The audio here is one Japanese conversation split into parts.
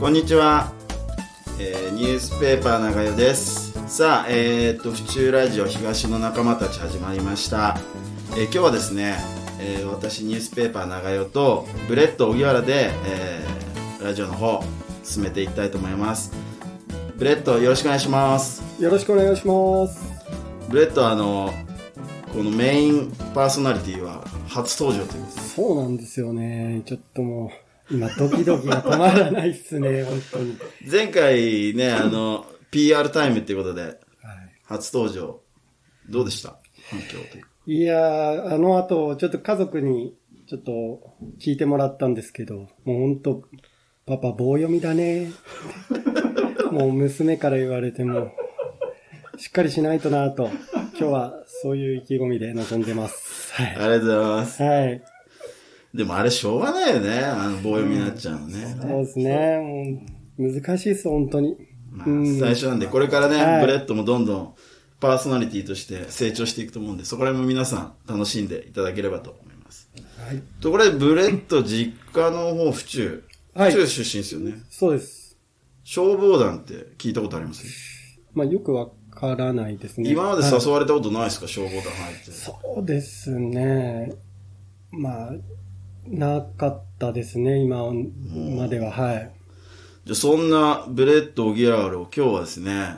こんにちは、ニュースペーパー長代です。さあ、府中ラジオ東の仲間たち始まりました。今日はですね、私ニュースペーパー長代とブレッド荻原で、ラジオの方進めていきたいと思います。ブレッドよろしくお願いします。 よろしくお願いします。 ブレッドこのメインパーソナリティは初登場ということです。 そうなんですよね。ちょっともう今ドキドキが止まらないっすね本当に。 前回ねPR タイムっていうことで、はい、初登場どうでした？反響というか。 いやー、後ちょっと家族にちょっと聞いてもらったんですけど、もう本当パパ棒読みだねもう娘から言われてもしっかりしないとなと、今日はそういう意気込みで臨んでます。はい。 ありがとうございます。 はい。 でもあれしょうがないよね。棒読みになっちゃうのね。 そうですね。もう難しいです、本当に。 まあ、最初なんで、これからね、はい、ブレッドもどんどんパーソナリティとして成長していくと思うんで、そこら辺も皆さん楽しんでいただければと思います。はい。ところで、ブレッド実家の方、府中。府中出身ですよね。 そうです。 消防団って聞いたことあります？ まあ、よくわからないですね。 今まで誘われたことないですか、消防団入って。 そうですね。まあ、なかったですね、今までは。はい。 じゃあそんなブレッド・オギラールを今日はですね、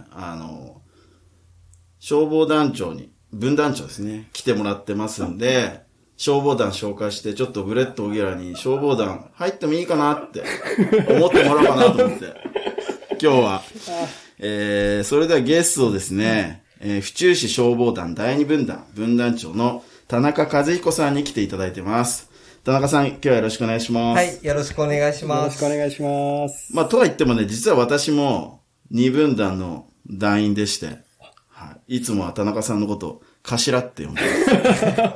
消防団長に、分団長ですね、来てもらってますんで、消防団紹介して、ちょっとブレッド・オギラーに消防団入ってもいいかなって思ってもらおうかなと思って、今日は。それではゲストをですね、府中市消防団第2分団、分団長の田中和彦さんに来ていただいてます。田中さん、今日はよろしくお願いします。 はい、よろしくお願いします。 よろしくお願いします。 まあ、とは言ってもね、実は私も2分団の団員でして、はい、いつもは田中さんのことを頭って呼んでます。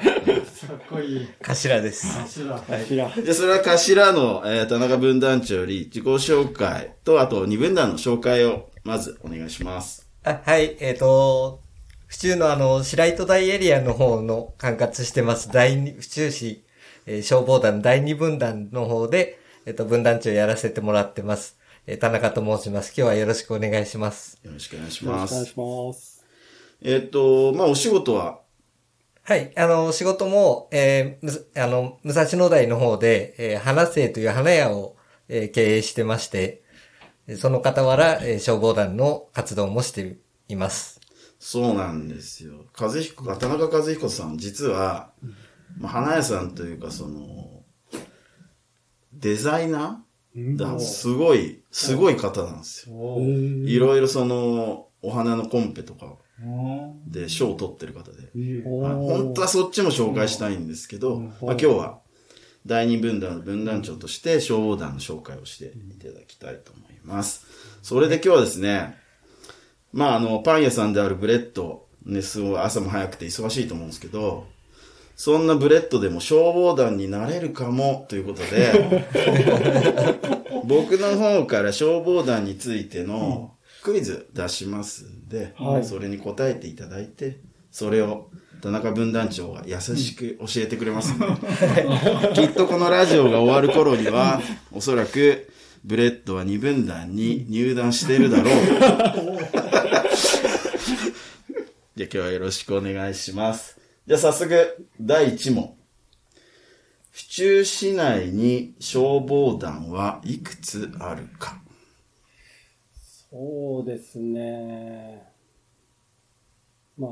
かっこいい。 頭です。 頭。 で、それは頭の、田中分団長より自己紹介と、あと2分団の紹介をまずお願いします。 はい、府中の白糸台エリアの方の管轄してます府中市、消防団第2分団の方で、分団長やらせてもらってます。田中と申します。今日はよろしくお願いします。 よろしくお願いします。 よろしくお願いします。 まあ、お仕事ははい、仕事も、武蔵野台の方で、花生という花屋を、経営してまして、その傍ら、消防団の活動もしています。 そうなんですよ。田中和彦さん、実は、まあ、花屋さんというか、デザイナーだ、すごい方なんですよ。いろいろお花のコンペとかで賞を取ってる方で。本当はそっちも紹介したいんですけど、まあ、今日は第2分団の分団長として消防団の紹介をしていただきたいと思います。それで今日はですね、まあパン屋さんであるブレッド、ね、すごい朝も早くて忙しいと思うんですけど、そんなブレッドでも消防団になれるかもということで、僕の方から消防団についてのクイズ出しますんで、それに答えていただいて、それを田中分団長が優しく教えてくれますんで、きっとこのラジオが終わる頃には、おそらくブレッドは2分団に入団しているだろう。じゃあ今日はよろしくお願いします。じゃあ早速、第1問。府中市内に消防団はいくつあるか？ そうですね。まあ、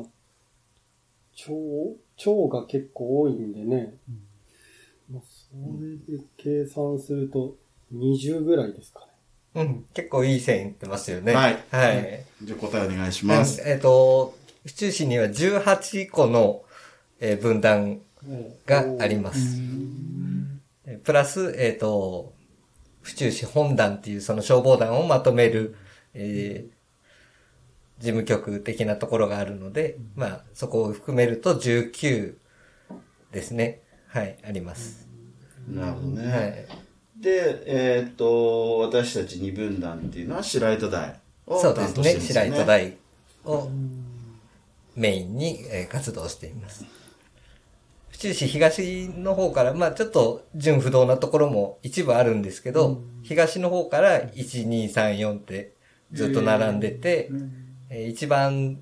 町が結構多いんでね。まあ、それで計算すると20ぐらいですかね。 結構いい線いってますよね。 はい。はい。じゃあ答えお願いします。 府中市には18個の分団があります。プラス、府中市本団っていうその消防団をまとめる、事務局的なところがあるので、まあ、そこを含めると19ですね。はい、あります。 なるほどね。 はい。 で、私たち2分団っていうのは白糸台をそう担当してるんですね。 そうですね。白糸台をメインに活動しています。 府中市東の方から、まあちょっと順不動なところも一部あるんですけど、東の方から1、2、3、4ってずっと並んでて、一番、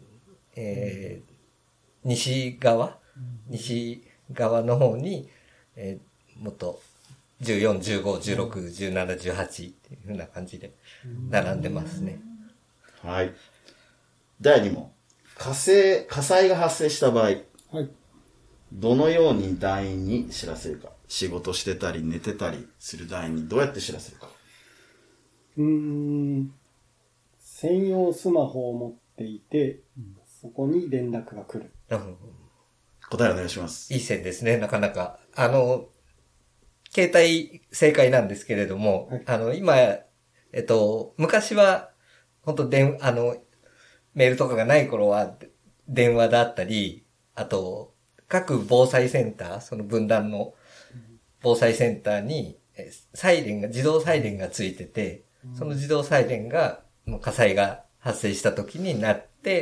西側の方に、もっと14、15、16、17、18っていう風な感じで並んでますね。 はい。第2問。火災が発生した場合、はい、どのように団員に知らせるか。仕事してたり寝てたりする団員にどうやって知らせるか。 専用スマホを持っていて、そこに連絡が来る。 答えお願いします。 いい線ですね、なかなか。携帯正解なんですけれども、はい、今、昔は、本当メールとかがない頃は、電話だったり、あと、各防災センター、その分断の防災センターに、自動サイレンがついてて、その自動サイレンが、火災が発生した時になって、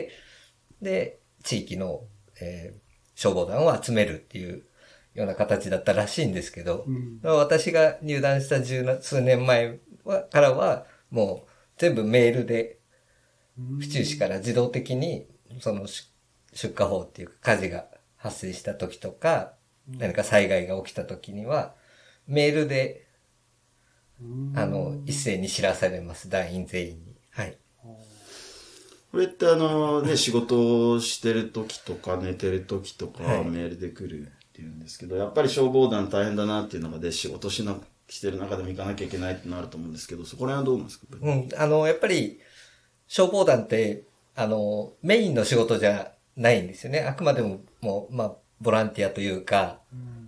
で、地域の、消防団を集めるっていうような形だったらしいんですけど、私が入団した数年前からは、もう全部メールで、府中市から自動的に、その出火報っていうか火事が発生した時とか、何か災害が起きた時には、メールで、一斉に知らされます、団員全員に。はい。 これって仕事をしてる時とか寝てる時とかメールで来るっていうんですけど、やっぱり消防団大変だなっていうのがで、仕事してる中でも行かなきゃいけないってなると思うんですけど、そこら辺はどうなんですか？ やっぱり、消防団って、メインの仕事じゃないんですよね。あくまでも、ボランティアというか、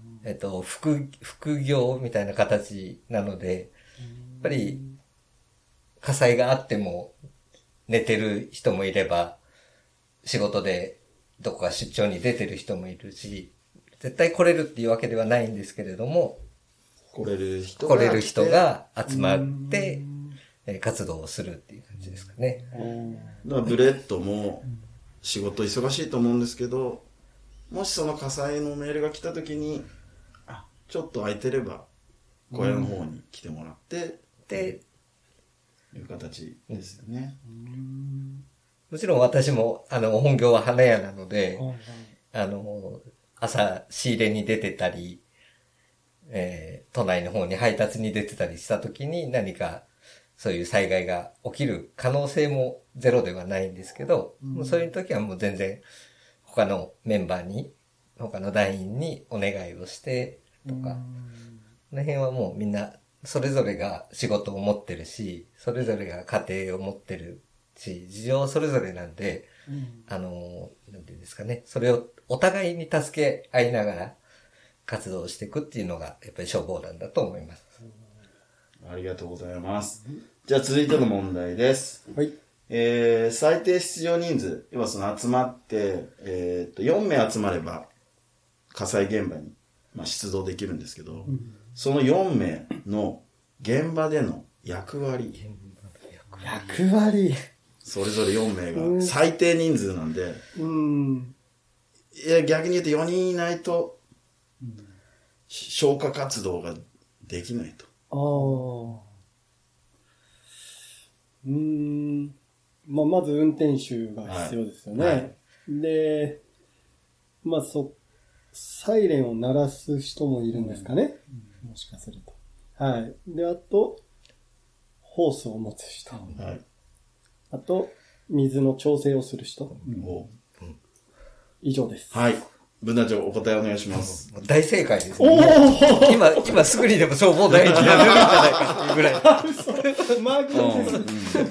副業みたいな形なので、やっぱり、火災があっても、寝てる人もいれば、仕事でどこか出張に出てる人もいるし、絶対来れるっていうわけではないんですけれども、 来れる人が集まって、活動をするっていう感じですかね。 だからブレッドも仕事忙しいと思うんですけど、もしその火災のメールが来た時に、ちょっと空いてれば小屋の方に来てもらって、で、いう形ですよね。 もちろん私も本業は花屋なので、朝仕入れに出てたり、都内の方に配達に出てたりした時に何かそういう災害が起きる可能性もゼロではないんですけど、そういう時はもう全然他のメンバーに、他の団員にお願いをしてとか、この辺はもうみんなそれぞれが仕事を持ってるし、それぞれが家庭を持ってるし、事情それぞれなんで、なんていうんですかね、それをお互いに助け合いながら活動していくっていうのがやっぱり消防団だと思います。 ありがとうございます。じゃあ続いての問題です。 はい。 最低出場人数、要はその集まって、4名集まれば火災現場に、出動できるんですけど、その4名の現場での役割。 役割。 それぞれ4名が最低人数なんで、いや逆に言うと4人いないと、消火活動ができないと。 まず運転手が必要ですよね。はい、で、サイレンを鳴らす人もいるんですかね。もしかすると。はい。で、あと、ホースを持つ人。はい。あと、水の調整をする人。以上です。 はい。分団長、お答えお願いします。 大正解ですね。今すぐにでも消防団員になれるんじゃないかっていうぐらい。マー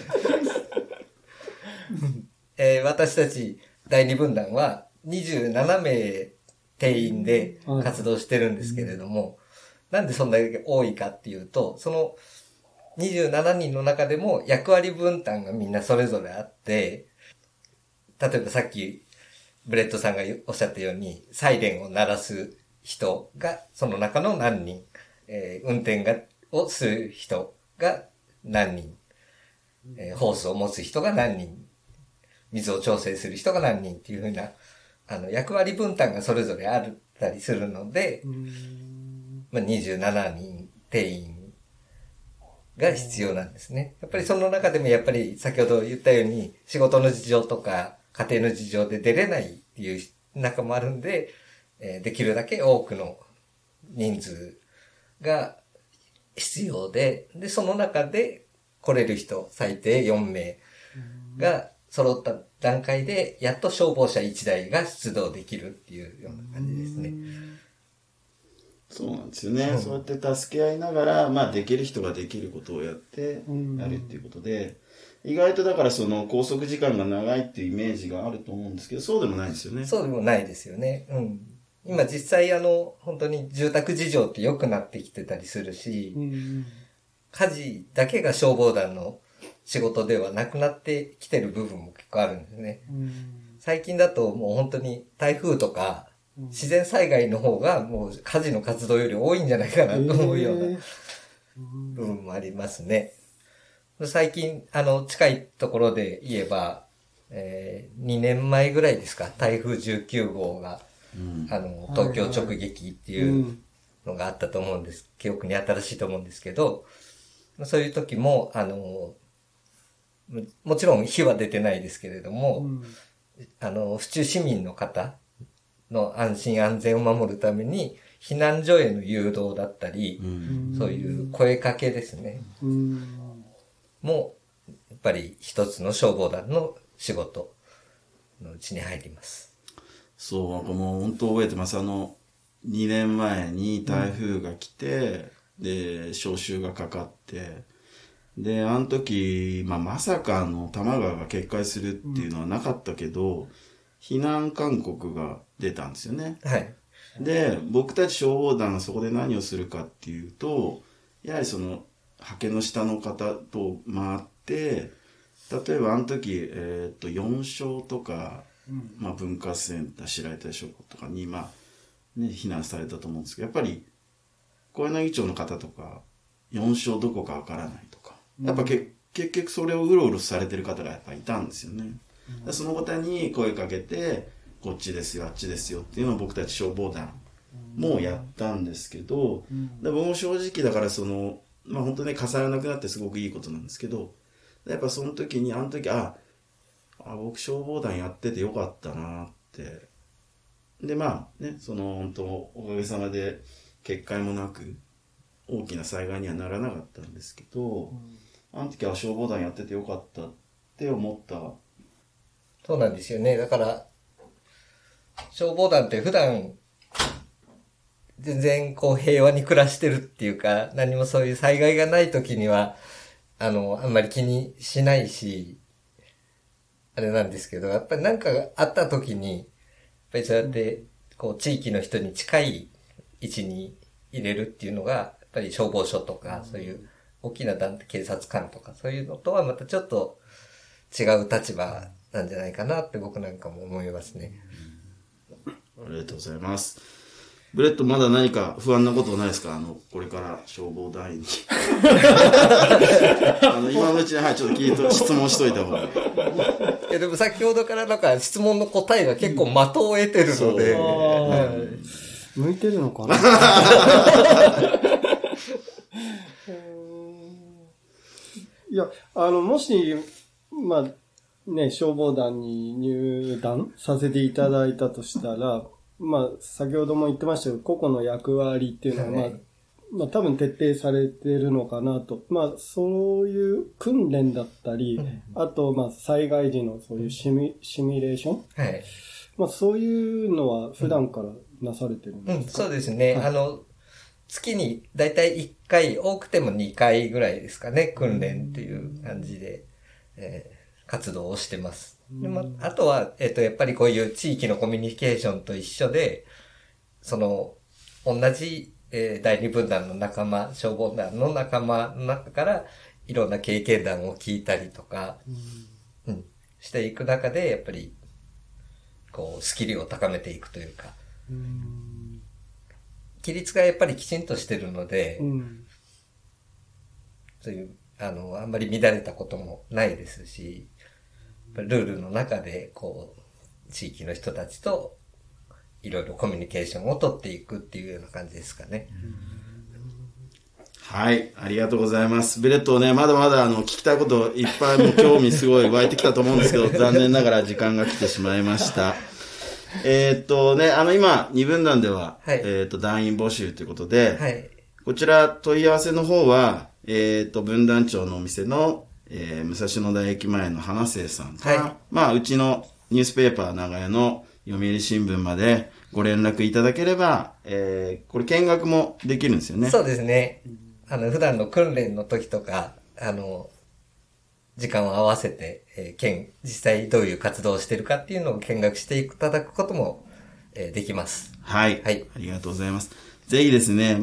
ク私たち第二分団は27名定員で活動してるんですけれども、なんでそんなに多いかっていうと、その27人の中でも役割分担がみんなそれぞれあって、例えばさっきブレッドさんがおっしゃったように、サイレンを鳴らす人がその中の何人、運転をする人が何人、ホースを持つ人が何人、水を調整する人が何人っていうふうな、役割分担がそれぞれあるたりするので、まあ、27人定員が必要なんですね。やっぱりその中でもやっぱり先ほど言ったように仕事の事情とか家庭の事情で出れないっていう中もあるんで、できるだけ多くの人数が必要で、その中で来れる人最低4名が揃った段階でやっと消防車1台が出動できるっていうような感じですね。 そうなんですよね。そうやって助け合いながら、まあできる人ができることをやってやるっていうことで、意外とだからその拘束時間が長いっていうイメージがあると思うんですけど、そうでもないですよね。 そうでもないですよね。今実際本当に住宅事情って良くなってきてたりするし、火事だけが消防団の仕事ではなくなってきてる部分も結構あるんですね。最近だともう本当に台風とか自然災害の方がもう火事の活動より多いんじゃないかなと思うような部分もありますね。最近近いところで言えば、2年前ぐらいですか、台風19号が、東京直撃っていうのがあったと思うんです。記憶に新しいと思うんですけど、そういう時も、もちろん火は出てないですけれども、府中市民の方の安心安全を守るために、避難所への誘導だったり、そういう声かけですね。も、やっぱり一つの消防団の仕事のうちに入ります。 そう、もう本当覚えてます。2年前に台風が来て、で、召集がかかって、で、あの時、まさか多摩川が決壊するっていうのはなかったけど、避難勧告が出たんですよね。 はい。 で、僕たち消防団がそこで何をするかっていうと、やはり崖の下の方と回って、例えばあの時、4小とか、文化センター、白井大小とかに、避難されたと思うんですけど、やっぱり、小柳町の方とか、4小どこかわからないとか、やっぱ結局それをうろうろされてる方がやっぱいたんですよね。その方に声かけて、こっちですよ、あっちですよっていうのを僕たち消防団もやったんですけど、で僕も正直だから本当ね、重ならなくなってすごくいいことなんですけど、やっぱその時に、僕消防団やっててよかったなって。で、本当おかげさまで決壊もなく、大きな災害にはならなかったんですけど、あの時は消防団やっててよかったって思った。 そうなんですよね。だから、消防団って普段、全然平和に暮らしてるっていうか、何もそういう災害がない時には、あんまり気にしないし、あれなんですけど、やっぱり何かがあった時に、やっぱりそうやって、地域の人に近い位置に入れるっていうのが、やっぱり消防署とか、そういう大きな団体、警察官とか、そういうのとはまたちょっと違う立場なんじゃないかなって僕なんかも思いますね。 ありがとうございます。ブレッド、まだ何か不安なことないですか？これから消防団員に。今のうちに、ちょっと質問しといた方がいい。 でも先ほどから質問の答えが結構的を得てるので。 向いてるのかないや、もし、消防団に入団させていただいたとしたら、先ほども言ってましたけど、個々の役割っていうのは、多分徹底されてるのかなと。そういう訓練だったり、あと、災害時のそういうシミュレーション、 はい。 そういうのは普段からなされてるんですか？ そうですね。はい、月にだいたい1回、多くても2回ぐらいですかね、訓練っていう感じで、活動をしてます。であとは、やっぱりこういう地域のコミュニケーションと一緒で、同じ、第二分団の仲間、消防団の仲間の中から、いろんな経験談を聞いたりとか、していく中で、やっぱり、スキルを高めていくというか、規律がやっぱりきちんとしてるので、そういう、あんまり乱れたこともないですし、ルールの中で、地域の人たちといろいろコミュニケーションを取っていくっていうような感じですかね。 はい、ありがとうございます。ベレットね、まだまだ聞きたいこといっぱいも興味すごい湧いてきたと思うんですけど、残念ながら時間が来てしまいました。今、二分団では、はい、団員募集ということで、はい、こちら問い合わせの方は、分団長のお店の、武蔵野台駅前の花生さんか、はい、うちのニュースペーパー長屋の読売新聞までご連絡いただければ、これ見学もできるんですよね。 そうですね。普段の訓練の時とか、時間を合わせて、実際どういう活動をしているかっていうのを見学していただくことも、できます。 はい。はい。ありがとうございます。ぜひですね、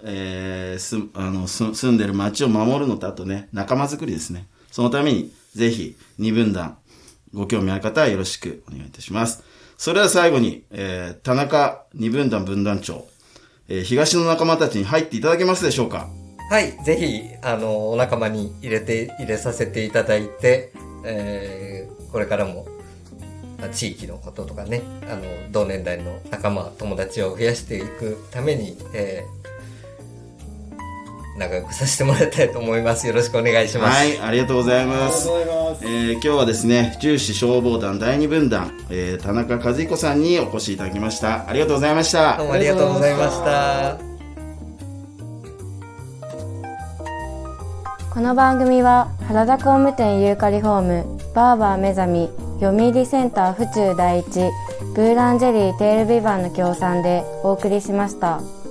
住んでる街を守るのと、あとね、仲間づくりですね。そのために、ぜひ、二分団、ご興味ある方はよろしくお願いいたします。それでは最後に、田中二分団分団長、東の仲間たちに入っていただけますでしょうか？ はい、ぜひ、お仲間に入れさせていただいて、これからも、地域のこととかね、同年代の仲間、友達を増やしていくために、仲良くさせてもらいたいと思います。よろしくお願いします。 はい、ありがとうございます。今日はですね、府中市消防団第二分団、田中和彦さんにお越しいただきました。ありがとうございました。 どうもありがとうございました。 この番組は原田工務店ユーカリホーム、バーバー目覚み、読売センター府中第一、ブーランジェリーテールビバンの協賛でお送りしました。